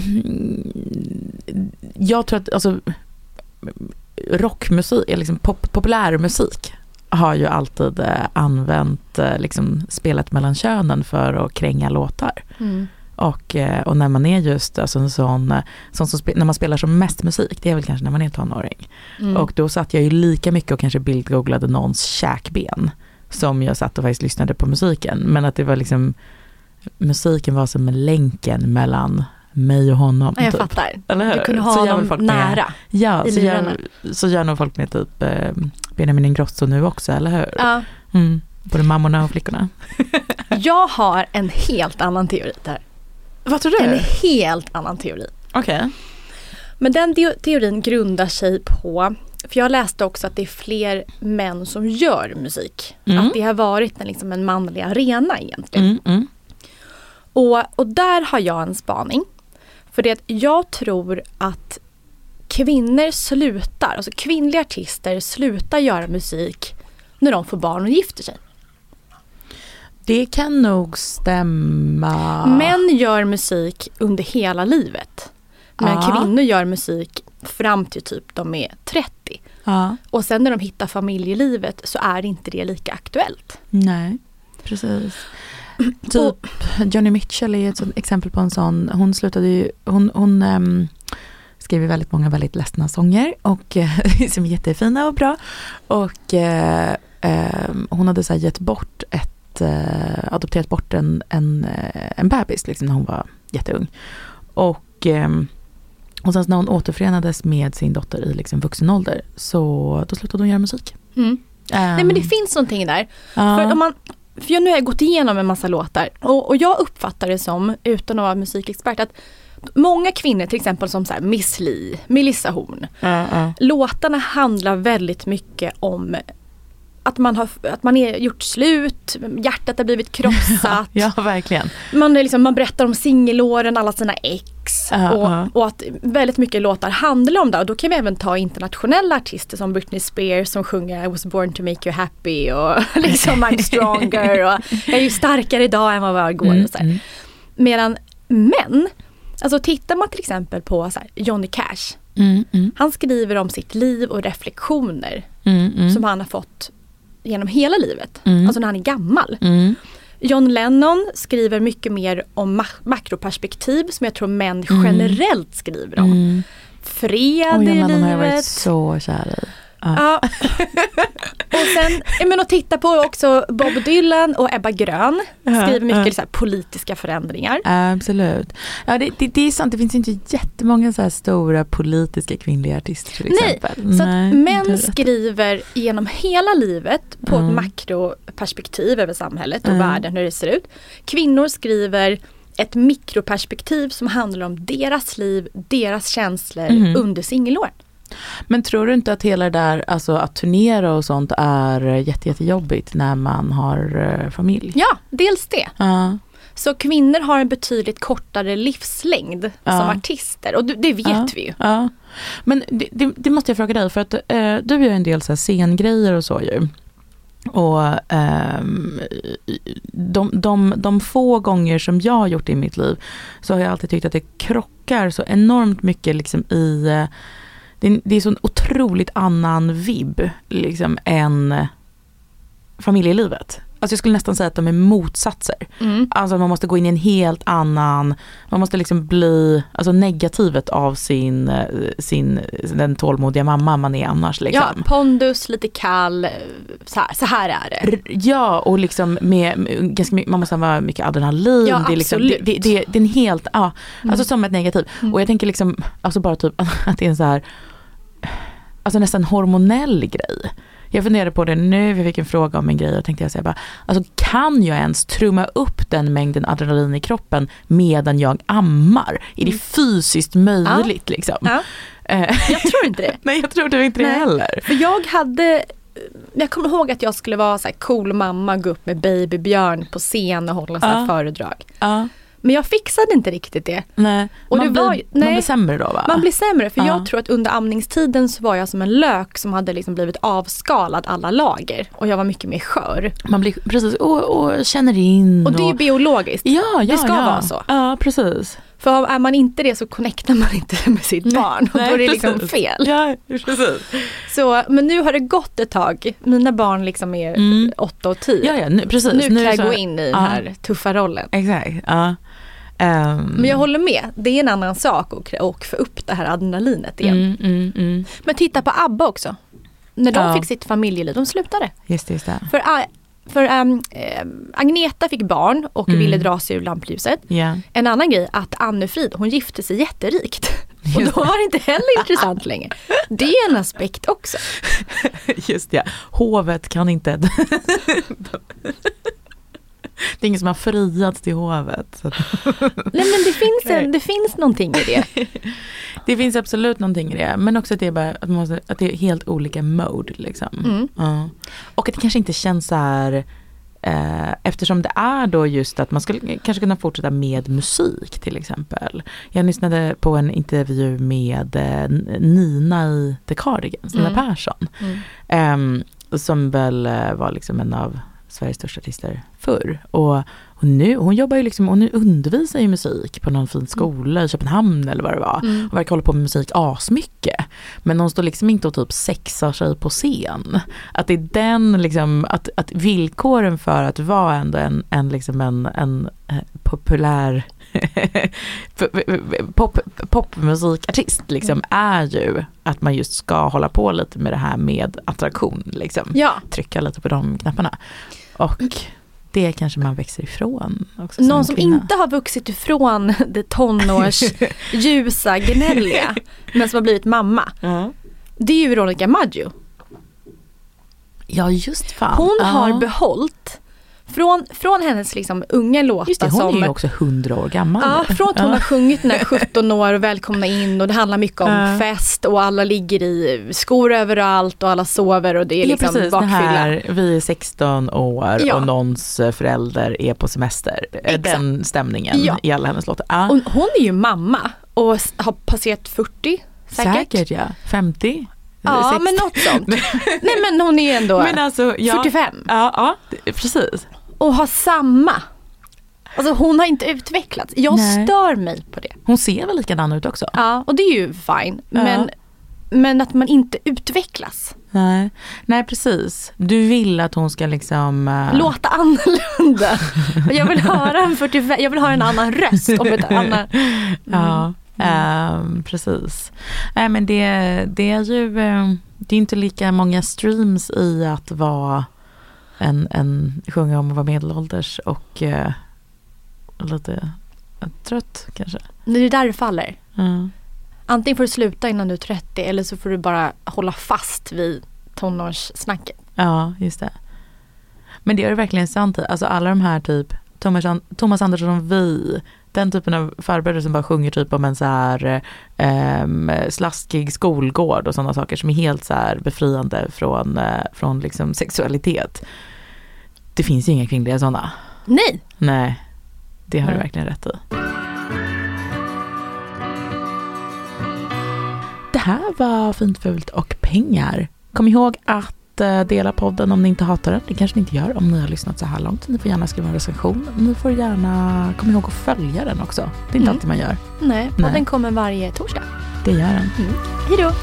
jag tror att alltså rockmusik, liksom populärmusik har ju alltid använt liksom spelat mellan könen för att kränga låtar. Och när man är just alltså en sån när man spelar som mest musik, det är väl kanske när man är tonåring. Och då satt jag ju lika mycket och kanske bildgooglade någons käkben som jag satt och faktiskt lyssnade på musiken. Men att det var liksom, musiken var som länken mellan mig och honom. Jag typ. fattar. Eller hur? Du kunde ha honom nära. Ja, så gör nog folk med typ Benjamin Ingrosso nu också, eller hur? Ja. Både mammorna och flickorna. Jag har en helt annan teori där. Vad tror du? En helt annan teori. Okej. Men den teorin grundar sig på, för jag läste också att det är fler män som gör musik. Att det har varit en manlig arena egentligen. Och där har jag en spaning. För det att jag tror att kvinnor slutar, alltså kvinnliga artister slutar göra musik när de får barn och gifter sig. Det kan nog stämma. Män gör musik under hela livet. Men kvinnor gör musik fram till typ de är 30. Och sen när de hittar familjelivet så är inte det lika aktuellt. Nej, precis. Typ Joni Mitchell är ett exempel på en sån. Hon slutade ju, hon skrev väldigt många väldigt ledsna sånger och som är jättefina och bra. Och hon hade så här gett bort adopterat bort en bebis liksom, när hon var jätteung. Och sen när hon återförenades med sin dotter i liksom vuxen ålder, så då slutade hon göra musik. Nej, men det finns någonting där. För nu har jag gått igenom en massa låtar och jag uppfattar det som, utan att vara musikexpert, att många kvinnor, till exempel som så här Miss Li, Melissa Horn, låtarna handlar väldigt mycket om att man är gjort slut, hjärtat har blivit krossat. Ja, verkligen. Man berättar om singelåren, alla sina ex. Och att väldigt mycket låtar handlar om det. Och då kan vi även ta internationella artister som Britney Spears som sjunger I was born to make you happy och liksom I'm stronger och jag är ju starkare idag än vad jag var igår. Och så här. Medan män, alltså tittar man till exempel på så här, Johnny Cash. Han skriver om sitt liv och reflektioner som han har fått genom hela livet. Alltså när han är gammal. John Lennon skriver mycket mer om makroperspektiv som jag tror män generellt skriver om. Fred i John Lennon livet. har jag varit så kär i. Ja. Och sen, att titta på också Bob Dylan och Ebba Grön skriver mycket så här, politiska förändringar. Absolut. Ja, det är sant. Det finns inte jättemånga så här stora politiska kvinnliga artister till exempel. Nej, så att män skriver genom hela livet på ett makroperspektiv över samhället och världen, hur det ser ut. Kvinnor skriver ett mikroperspektiv som handlar om deras liv, deras känslor under singelåren. Men tror du inte att hela det där, alltså att turnera och sånt är jättejobbigt när man har familj? Ja, dels det. Så kvinnor har en betydligt kortare livslängd som artister. Och det vet vi ju. Men det måste jag fråga dig, för att du gör en del så här scengrejer och så ju. Och de få gånger som jag har gjort det i mitt liv, så har jag alltid tyckt att det krockar så enormt mycket liksom i... Det är så en otroligt annan vibb liksom, än familjelivet. Alltså jag skulle nästan säga att de är motsatser. Alltså man måste gå in i en helt annan... Man måste liksom bli negativet av den tålmodiga mamma man är annars. Liksom. Ja, pondus, lite kall. Så här är det. Ja, och liksom med ganska mycket, man måste ha mycket adrenalin. Ja, det är liksom, absolut. det är en helt... alltså som ett negativ. Och jag tänker liksom... Alltså bara typ att det är en så här... Alltså nästan hormonell grej. Jag funderade på det nu, vi fick en fråga om en grej och tänkte jag säga bara, alltså kan jag ens trumma upp den mängden adrenalin i kroppen medan jag ammar? Är det fysiskt möjligt liksom? Ja. Jag tror inte det. Nej, jag tror inte det heller. För jag kommer ihåg att jag skulle vara så här cool mamma, gå upp med babybjörn på scen och hålla så här föredrag. Men jag fixade inte riktigt det. Nej. Och man blir sämre då, va? Man blir sämre, för jag tror att under amningstiden så var jag som en lök som hade liksom blivit avskalad alla lager. Och jag var mycket mer skör. Man blir precis och känner in. Och det är biologiskt. Det ska vara så. Ja, precis. För är man inte det så connectar man inte med sitt barn. Och då är det liksom fel. Ja, precis. Så, men nu har det gått ett tag. Mina barn liksom är 8 och 10. Ja, precis. Nu kan jag gå in i den här tuffa rollen. Exakt, men jag håller med. Det är en annan sak att få upp det här adrenalinet igen. Men titta på ABBA också. När de fick sitt familjeliv, de slutade. Just det. För Agneta fick barn och ville dra sig ur lampljuset. Yeah. En annan grej, att Anne-Frid, hon gifte sig jätterikt. Och då var det inte heller intressant längre. Det är en aspekt också. Just det, hovet kan inte... Det är ingen som har friats till hovet. Så. Nej, men det finns någonting i det. Det finns absolut någonting i det. Men också att det är bara att det är helt olika mode liksom. Och att det kanske inte känns så här, eftersom det är då just att man skulle kanske kunna fortsätta med musik till exempel. Jag lyssnade på en intervju med Nina i The Cardigans, Nina Persson. Som väl var liksom en av Sveriges största artister förr. Och nu, hon jobbar ju liksom, hon undervisar ju musik på någon fin skola i Köpenhamn eller vad det var. Och verkar hålla på med musik asmycket. Men hon står liksom inte och typ sexar sig på scen. Att det är den liksom, att villkoren för att vara ändå en populär popmusikartist liksom är ju att man just ska hålla på lite med det här med attraktion liksom. Ja. Trycka lite på de knapparna. Och det kanske man växer ifrån också. Någon som inte har vuxit ifrån det tonårsljusa gnälliga men som har blivit mamma. Det är ju Veronica Maggio. Ja, just fan. Hon har behållit från hennes liksom unga låtar. Just det, hon är ju också 100 år gammal. Ja, från att hon har sjungit den här 17 år och välkomna in och det handlar mycket om fest och alla ligger i skor överallt och alla sover och det är liksom precis, bakfylla. Här, vi är 16 år och någons förälder är på semester. Exakt. Den stämningen i alla hennes låtar. Och hon är ju mamma och har passerat 40 säkert. Ja. 50. Ja, 60. Men något sånt. Nej, men hon är ju ändå 45. Ja, precis. Och har samma. Alltså hon har inte utvecklats. Jag stör mig på det. Hon ser väl likadan ut också. Ja, och det är ju fine. Men att man inte utvecklas. Nej, precis. Du vill att hon ska liksom låta annorlunda. Jag vill höra en 45. Jag vill höra en annan röst om ett annat. Ja. Precis. Nej, men det är ju det är inte lika många streams i att vara en sjunga om att vara medelålders och lite trött kanske. Det är där det faller. Antingen får du sluta innan du är 30 eller så får du bara hålla fast vid tonårssnacket. Ja, just det. Men det är verkligen sant. Alltså alla de här typ Thomas Andersson den typen av farbröder som bara sjunger typ om en så här slaskig skolgård och sådana saker som är helt så här befriande från liksom sexualitet. Det finns ju inga kvinnliga sådana. Nej, det har du verkligen rätt i. Det här var Fint, fult och pengar. Kom ihåg att dela podden om ni inte hatar den. Det kanske ni inte gör om ni har lyssnat så här långt. Ni får gärna skriva en recension. Ni får gärna komma ihåg att följa den också. Det är inte alltid man gör. Nej, podden kommer varje torsdag. Det gör den. Hej då!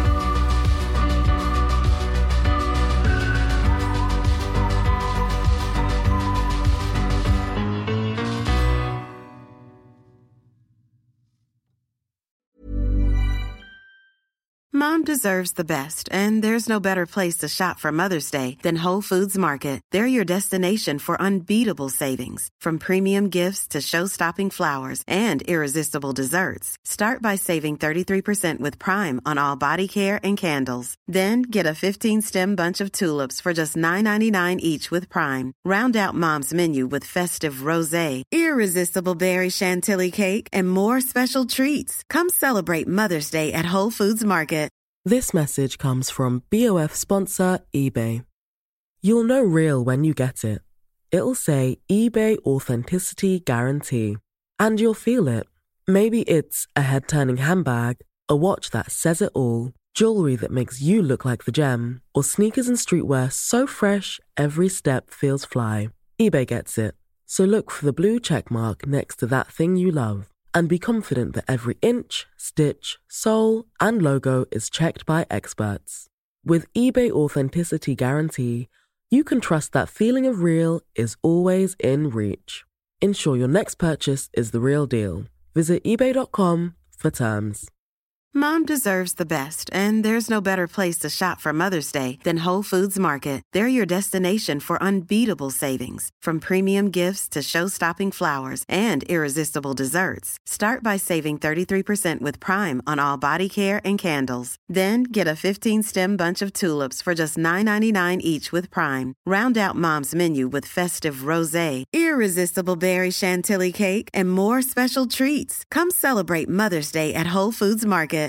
Mom deserves the best, and there's no better place to shop for Mother's Day than Whole Foods Market. They're your destination for unbeatable savings, from premium gifts to show-stopping flowers and irresistible desserts. Start by saving 33% with Prime on all body care and candles. Then get a 15-stem bunch of tulips for just $9.99 each with Prime. Round out Mom's menu with festive rosé, irresistible berry chantilly cake, and more special treats. Come celebrate Mother's Day at Whole Foods Market. This message comes from BOF sponsor eBay. You'll know real when you get it. It'll say eBay Authenticity Guarantee. And you'll feel it. Maybe it's a head-turning handbag, a watch that says it all, jewelry that makes you look like the gem, or sneakers and streetwear so fresh every step feels fly. eBay gets it. So look for the blue check mark next to that thing you love. And be confident that every inch, stitch, sole, and logo is checked by experts. With eBay Authenticity Guarantee, you can trust that feeling of real is always in reach. Ensure your next purchase is the real deal. Visit ebay.com for terms. Mom deserves the best, and there's no better place to shop for Mother's Day than Whole Foods Market. They're your destination for unbeatable savings, from premium gifts to show-stopping flowers and irresistible desserts. Start by saving 33% with Prime on all body care and candles. Then get a 15-stem bunch of tulips for just $9.99 each with Prime. Round out Mom's menu with festive rosé, irresistible berry chantilly cake, and more special treats. Come celebrate Mother's Day at Whole Foods Market.